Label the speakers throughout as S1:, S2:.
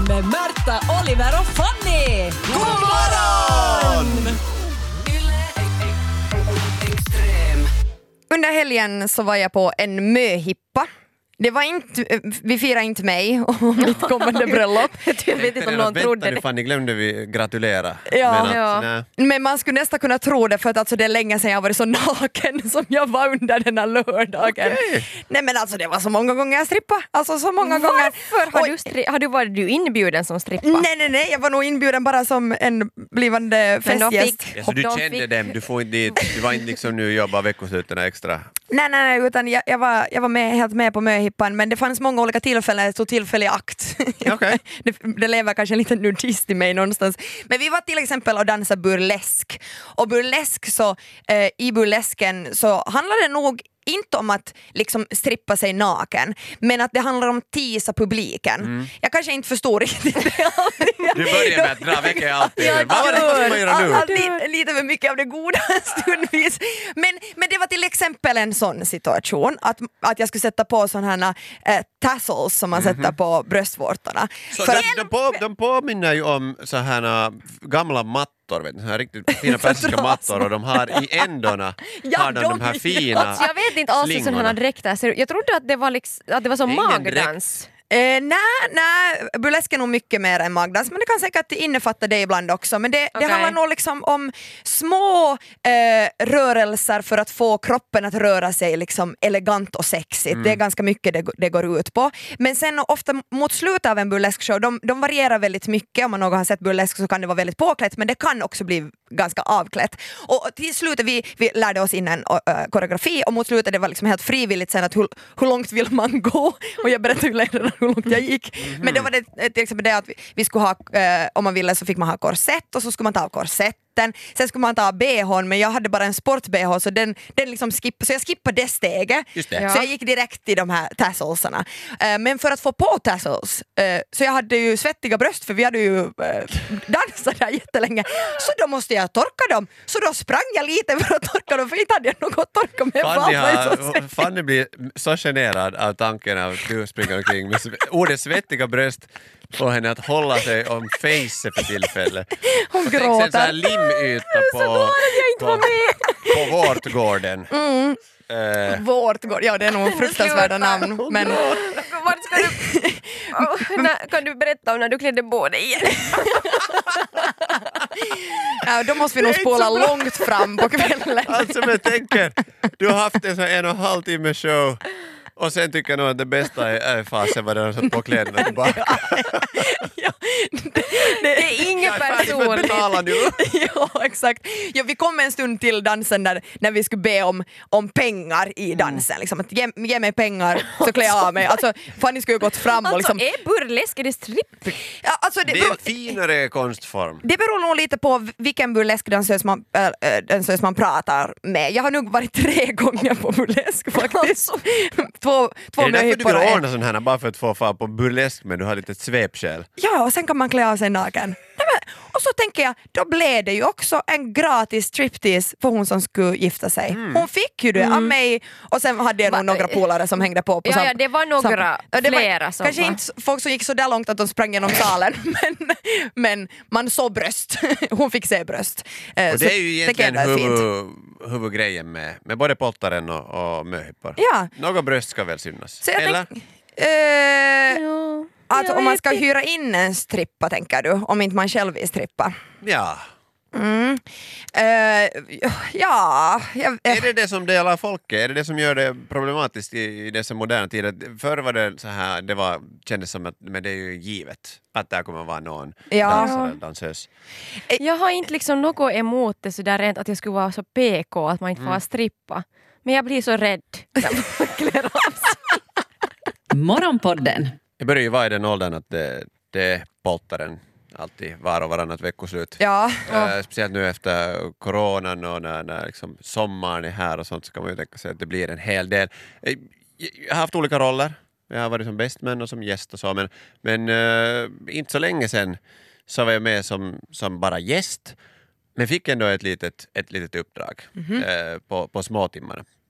S1: Morgonpodden med Märta, Oliver och Fanny! God morgon!
S2: Under helgen så var jag på en möhippa. Det var inte, vi firar inte mig och mitt kommande bröllop.
S3: Jag vet inte om någon trodde det.
S4: Fanny, glömde vi gratulera.
S2: Ja. Men man skulle nästan kunna tro det, för att alltså det är länge sedan jag varit så naken som jag var under den här lördagen.
S4: Okay.
S2: Nej men alltså det var så många gånger jag strippade. Alltså så många gånger.
S3: Har varit du inbjuden som strippa?
S2: Nej, jag var nog inbjuden bara som en blivande festgäst.
S4: Ja, så du kände dem, du får inte dit, du var inte liksom nu jobba veckosluten extra?
S2: Nej, utan jag var med, helt med på möhippan, men det fanns många olika tillfällen, jag tog tillfälle i akt.
S4: Okay.
S2: det lever kanske en liten nudist i mig någonstans. Men vi var till exempel och dansade burlesk. Och burlesk så, i burlesken så handlar det nog inte om att liksom strippa sig naken, men att det handlar om tisa publiken. Jag kanske inte förstår riktigt det alltid.
S4: Du börjar med att dra väck alltid. Vad var det som man göra nu?
S2: Alltid lite för mycket av det goda stundvis. Men det var till exempel en sån situation att jag skulle sätta på sådana här tassels som man sätter på bröstvårtorna.
S4: Så de påminner ju om så här gamla mattor, vet du, så här riktigt fina persiska mattor, och de har i ändarna har de här fina
S3: alltså, jag vet inte alls hur sådana dräkter ser ut. Jag trodde att det var som magdans.
S2: Nej, burlesk är nog mycket mer än magdans, men det kan säkert innefatta det ibland också. Men det handlar nog liksom om små rörelser för att få kroppen att röra sig liksom elegant och sexigt. Det är ganska mycket det går ut på. Men sen ofta mot slutet av en burleskshow, de varierar väldigt mycket. Om man någon har sett burlesk så kan det vara väldigt påklätt, men det kan också bli ganska avklätt. Och till slutet vi lärde oss in en koreografi, och mot slutet det var liksom helt frivilligt sen att hur långt vill man gå, och jag berättade hur långt jag gick. Men då var det till exempel det att vi skulle ha, om man ville så fick man ha korsett, och så skulle man ta av korsetten. Sen skulle man ta BH:n, men jag hade bara en sport-BH, så den liksom så jag skippade det steget.
S4: Just det.
S2: Så jag gick direkt till de här tasselsarna. Men för att få på tassels, så jag hade ju svettiga bröst, för vi hade ju dansat där jättelänge. Så då måste jag torka dem. Så då sprang jag lite för att torka dem, för inte hade jag något att torka med.
S4: Fanny blir så generad av tanken av att du springer omkring med ordet svettiga bröst, får henne att hålla sig om face för tillfället.
S2: Hon
S4: och
S2: gråter.
S4: Så här limyta på Vårtgården.
S2: Vårtgård, ja det är nog fruktansvärda namn. Men
S3: Vart ska du... kan du berätta om när du klädde på dig igen?
S2: ja, då måste vi nog spola långt fram på kvällen.
S4: Alltså men tänker, du har haft en så 1,5 timme show, och sen tycker jag nog att det bästa är fasen vad den har satt på kläderna tillbaka.
S3: Det är inget personligt.
S4: Betala nu.
S2: Ja, exakt. Ja, vi kom en stund till dansen när vi skulle be om pengar i dansen. Liksom, att ge mig pengar så klär jag av mig. Alltså, Fanny skulle ju gått fram och liksom...
S3: Alltså, är burlesk, är det stripp?
S2: Ja, alltså,
S4: det är en finare konstform.
S2: Det beror nog lite på vilken burleskdansös man pratar med. Jag har nog varit 3 gånger på burlesk faktiskt. Två
S4: är det därför du vill
S2: möhippor.
S4: ordna sån här bara för att få fara på burlesk, men du har lite svepskäl?
S2: Ja, och sen kan man klä av sig naken. Och så tänker jag, då blev det ju också en gratis striptease för hon som skulle gifta sig. Hon fick ju det av mig, och sen hade jag nog några polare som hängde på.
S3: Ja, det var några flera som
S2: kanske inte folk som gick så där långt att de sprang genom salen, men man såg bröst. Hon fick se bröst.
S4: Och det är ju egentligen huvudgrejen med både poltaren och möhippor.
S2: Ja.
S4: Några bröst ska väl synas?
S2: Så jag
S4: eller?
S2: Alltså, om man ska hyra in en strippa, tänker du, om inte man själv vill strippa.
S4: Ja. Är det det som delar folket? Är det som gör det problematiskt i dessa moderna tider? Förr var det så här, kändes som att, men det är ju givet att där kommer vara någon dansare eller dansös.
S3: Jag har inte liksom något emot det så där rent att jag skulle vara så PK att man inte får strippa. Men jag blir så rädd när man klär av sig.
S1: Morgonpodden.
S4: Det börjar ju vara i den åldern att det är poltaren alltid var och varannat veckoslut.
S2: Ja.
S4: Speciellt nu efter coronan och när liksom sommaren är här och sånt, så kan man ju tänka sig att det blir en hel del. Jag har haft olika roller. Jag har varit som bästmän och som gäst och så, men inte så länge sedan så var jag med som bara gäst, men fick ändå ett litet uppdrag på småtimmarna.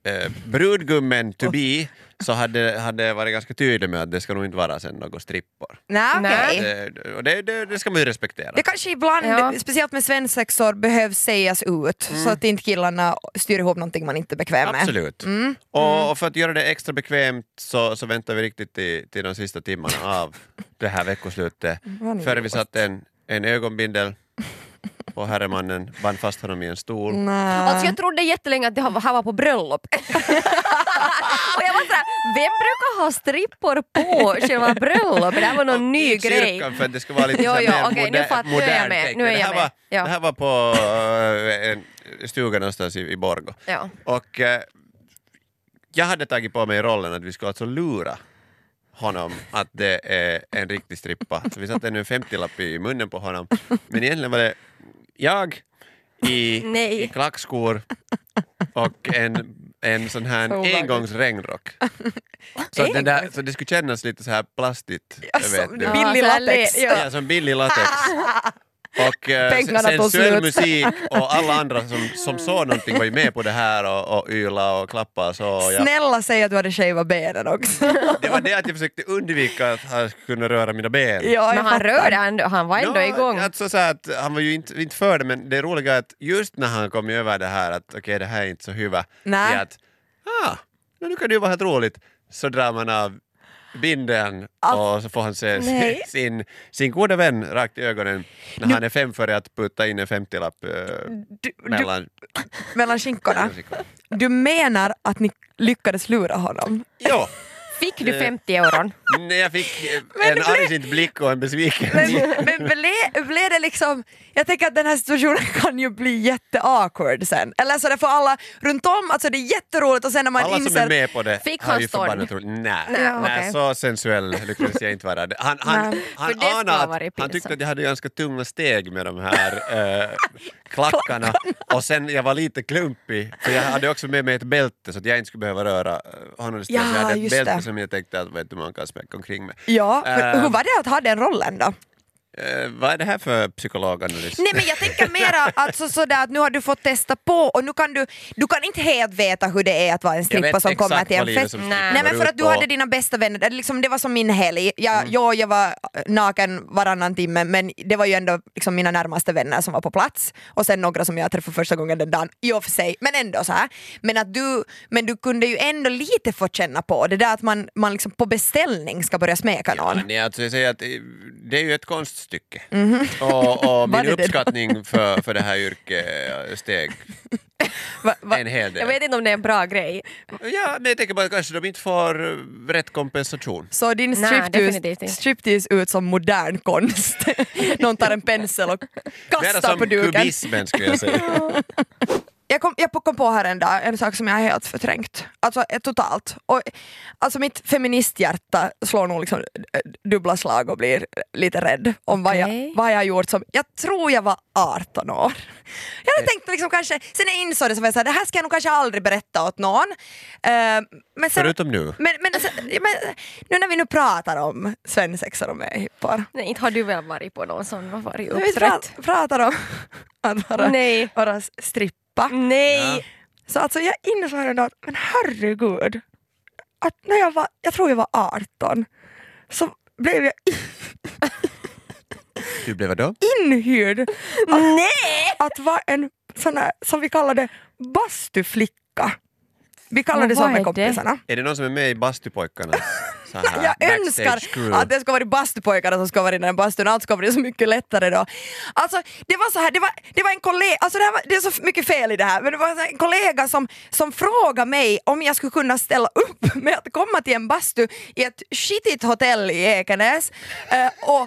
S4: brudgummen to be så hade varit ganska tydlig med att det ska nog inte vara sen något strippor.
S2: Nej, okej.
S4: Och det ska man ju respektera.
S2: Det kanske ibland, speciellt med svensexor, behövs sägas ut så att inte killarna styr ihop någonting man inte är bekväm med.
S4: Absolut. Och för att göra det extra bekvämt så väntar vi riktigt till de sista timmarna av det här veckoslutet. Före vi satte en ögonbindel på herremannen, band fast honom i en stol.
S3: Alltså jag trodde jättelänge att det här var på bröllop. Och jag var såhär, vem brukar ha strippor på själva bröllop? Det här var någon ny grej.
S4: Kyrkan, för att det ska vara lite modern take. Det här var på en stuga någonstans i Borgå.
S3: Ja.
S4: Och jag hade tagit på mig rollen att vi skulle alltså lura honom att det är en riktig strippa. Så vi satte en 50-lapp i munnen på honom. Men egentligen var det jag i klackskor och en sån här engångsregnrock. Så det skulle kännas lite så här plastigt.
S2: Billig latex.
S4: Ja, som billig latex. Och sensuell musik och alla andra som såg någonting var ju med på det här och yla och klappa. Så
S2: Snälla säg att du hade skeva benen också.
S4: Det var det att jag försökte undvika att han skulle röra mina ben.
S2: Ja,
S3: men han rörde ändå, han var ändå igång.
S4: Alltså så att han var ju inte för det, men det roliga är att just när han kom över det här att okej, det här är inte så hyvä.
S2: Nej.
S4: Att nu kan det ju vara helt roligt. Så drar man av binden och så får han se sin goda vän rakt i ögonen när han är 5 före att putta in en 50-lapp
S2: mellan skinkorna. Du menar att ni lyckades lura honom?
S4: Ja.
S3: Fick du 50 euron?
S4: Nej, jag fick en argsint blick och en besvikelse.
S2: Men blev det liksom, jag tänker att den här situationen kan ju bli jätteawkward sen. Eller så det får alla runt om, alltså det är jätteroligt och sen när man
S4: alla
S2: inser...
S4: som är med på det
S3: fick
S4: har
S3: han
S4: ju förbannat roligt. Nej,
S3: okay.
S4: så sensuell lyckades jag inte vara. Han anade att han tyckte att jag hade ganska tunga steg med de här klackarna och sen jag var lite klumpig för jag hade också med mig ett bälte så att jag inte skulle behöva röra honom. Jag hade ett bälte som jag tänkte att man kan smäcka omkring med.
S2: Ja, hur var det att ha den rollen då?
S4: Vad är det här för psykologanalys?
S2: Nej, men jag tänker mera alltså sådär att nu har du fått testa på och nu kan du kan inte helt veta hur det är att vara en strippa som kommer till en fest. Nej, men för att du hade dina bästa vänner, det var som min helg. Jag var naken varannan timme, men det var ju ändå liksom mina närmaste vänner som var på plats och sen några som jag träffade första gången den dagen, i och för sig, men ändå så här. Men du kunde ju ändå lite få känna på det där att man liksom på beställning ska börja smeka någon.
S4: Ja, nej, alltså jag säger att det är ju ett konststycke. Och min uppskattning för det här yrket steg en hel del.
S3: Jag vet inte om det är en bra grej.
S4: Ja, men jag tänker bara att kanske de inte får rätt kompensation.
S2: Så din striptease ut som modern konst. Någon tar en pensel och kastar på duken.
S4: Kubismen skulle jag säga.
S2: Jag kom på här en sak som jag har helt förträngt. Alltså totalt. Och, alltså mitt feministhjärta slår nog liksom dubbla slag och blir lite rädd om vad jag har gjort som... Jag tror jag var 18 år. Jag hade tänkt liksom kanske... Sen jag insåg det så var jag så här, det här ska jag nog kanske aldrig berätta åt någon. Men sen,
S4: förutom nu.
S2: Men nu när vi nu pratar om svensexor och möhippor.
S3: Nej, inte har du väl varit på någon som har varit uppträtt?
S2: Vi pratar om att vara stripp.
S3: Nej!
S2: Ja. Så alltså jag insåg ändå att, men herregud, att när jag tror jag var 18, så blev jag
S4: Du blev då?
S2: inhyrd att vara en sån här, som vi kallade bastuflicka. Vi kallar det så med kompisarna.
S4: Är det någon som är med i bastupojkarna?
S2: Jag önskar att det ska vara bastupojkarna som ska vara i den här bastun. Allt ska bli så mycket lättare då. Alltså det var så här, det var en kollega, alltså det är så mycket fel i det här, men det var en kollega som frågade mig om jag skulle kunna ställa upp med att komma till en bastu i ett skitigt hotell i Ekenäs och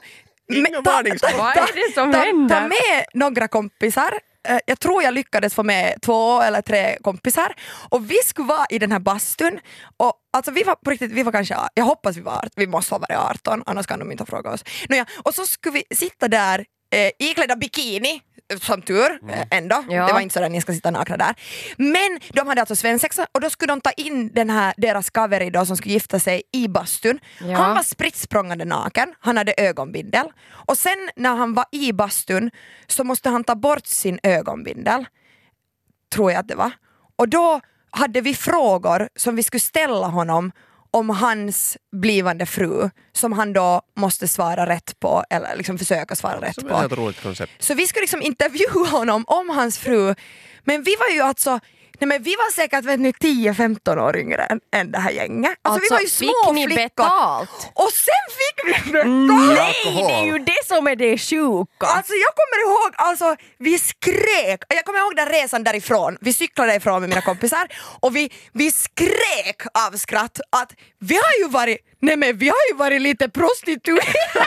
S2: ta med några kompisar. Jag tror jag lyckades få med 2 eller 3 kompisar och vi skulle vara i den här bastun och alltså vi var på riktigt, vi var kanske, jag hoppas vi måste ha varit 18, annars kan de inte fråga oss. Och så skulle vi sitta där iklädda bikini, som tur ändå, det var inte så att ni ska sitta nakna där, men de hade alltså svensexa och då skulle de ta in deras kaveri då som skulle gifta sig i bastun. Han var sprittsprångande naken, han hade ögonbindel och sen när han var i bastun så måste han ta bort sin ögonbindel, tror jag att det var, och då hade vi frågor som vi skulle ställa honom om hans blivande fru som han då måste svara rätt på eller liksom försöka svara rätt
S4: Som
S2: på.
S4: är ett roligt koncept.
S2: Så vi skulle liksom intervjua honom om hans fru, men vi var ju alltså vi var säkert 10-15 år yngre än det här gänget. Alltså vi var ju små
S3: fick ni
S2: flickor.
S3: betalt?
S2: Och sen fick vi betalt!
S3: Nej, det är ju det som är det sjuka.
S2: Alltså jag kommer ihåg, alltså vi skrek, jag kommer ihåg den resan därifrån, vi cyklade därifrån med mina kompisar och vi skrek av skratt att vi har ju varit lite prostituerade.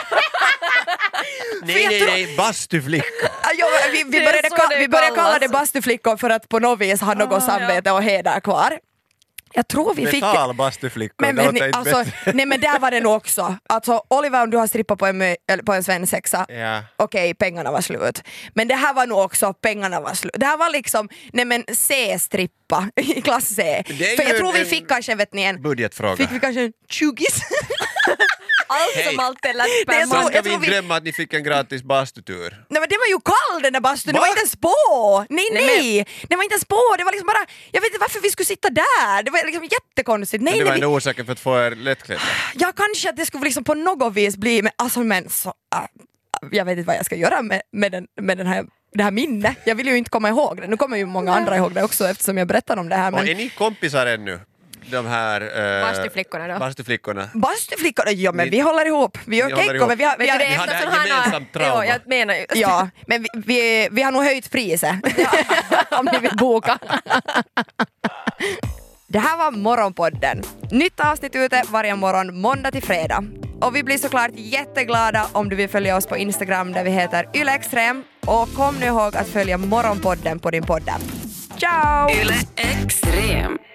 S4: Nej, bastuflicka.
S2: Ja, vi började kalla det bastuflickor för att på något vis ha något samvete och heder kvar. Jag tror vi fick...
S4: Metalbastuflickor, det låter inte
S2: alltså,
S4: bättre.
S2: nej men där var det nog också. Alltså Oliver, om du har strippat på en svensexa,
S4: Ja.
S2: okej, pengarna var slut. Men det här var nog också, pengarna var slut. Det här var liksom, C-strippa i klass C. För jag tror vi fick kanske, en
S4: budgetfråga.
S2: Fick vi kanske en 20?
S3: Allt som allt är lätt per
S2: jag tror-
S3: månad.
S4: Ska vi
S2: vi-
S4: inte glömma att ni fick en gratis bastutur?
S2: Nej men det var ju kall den där bastun, det var inte ens på! Nej! Det var inte ens på, det var liksom bara, jag vet inte varför vi skulle sitta där, det var liksom jättekonstigt.
S4: Men det var
S2: Nej,
S4: ändå orsaken för att få er lättklädda.
S2: ja kanske att det skulle liksom på något vis bli, men så, jag vet inte vad jag ska göra med det här minnet. Jag vill ju inte komma ihåg det, nu kommer ju många andra ihåg det också eftersom jag berättar om det här.
S4: Och är ni kompisar ännu? De här...
S3: Bastuflickorna då?
S4: Bastuflickorna.
S2: Bastuflickorna, ja men vi håller ihop, vi är
S4: Ni håller
S2: okej,
S4: ihop.
S2: men vi har...
S3: Vet du det,
S4: Vi hade
S3: eftersom
S4: ett
S3: han har-
S4: gemensamt trauma.
S3: Ja, jag menar ju.
S2: Ja, men vi har nog höjt priset om ni vill boka. Det här var Morgonpodden. Nytt avsnitt ute varje morgon måndag till fredag. Och vi blir såklart jätteglada om du vill följa oss på Instagram där vi heter YleExtrem. Och kom nu ihåg att följa Morgonpodden på din poddapp. Ciao!
S1: Yle Extrem.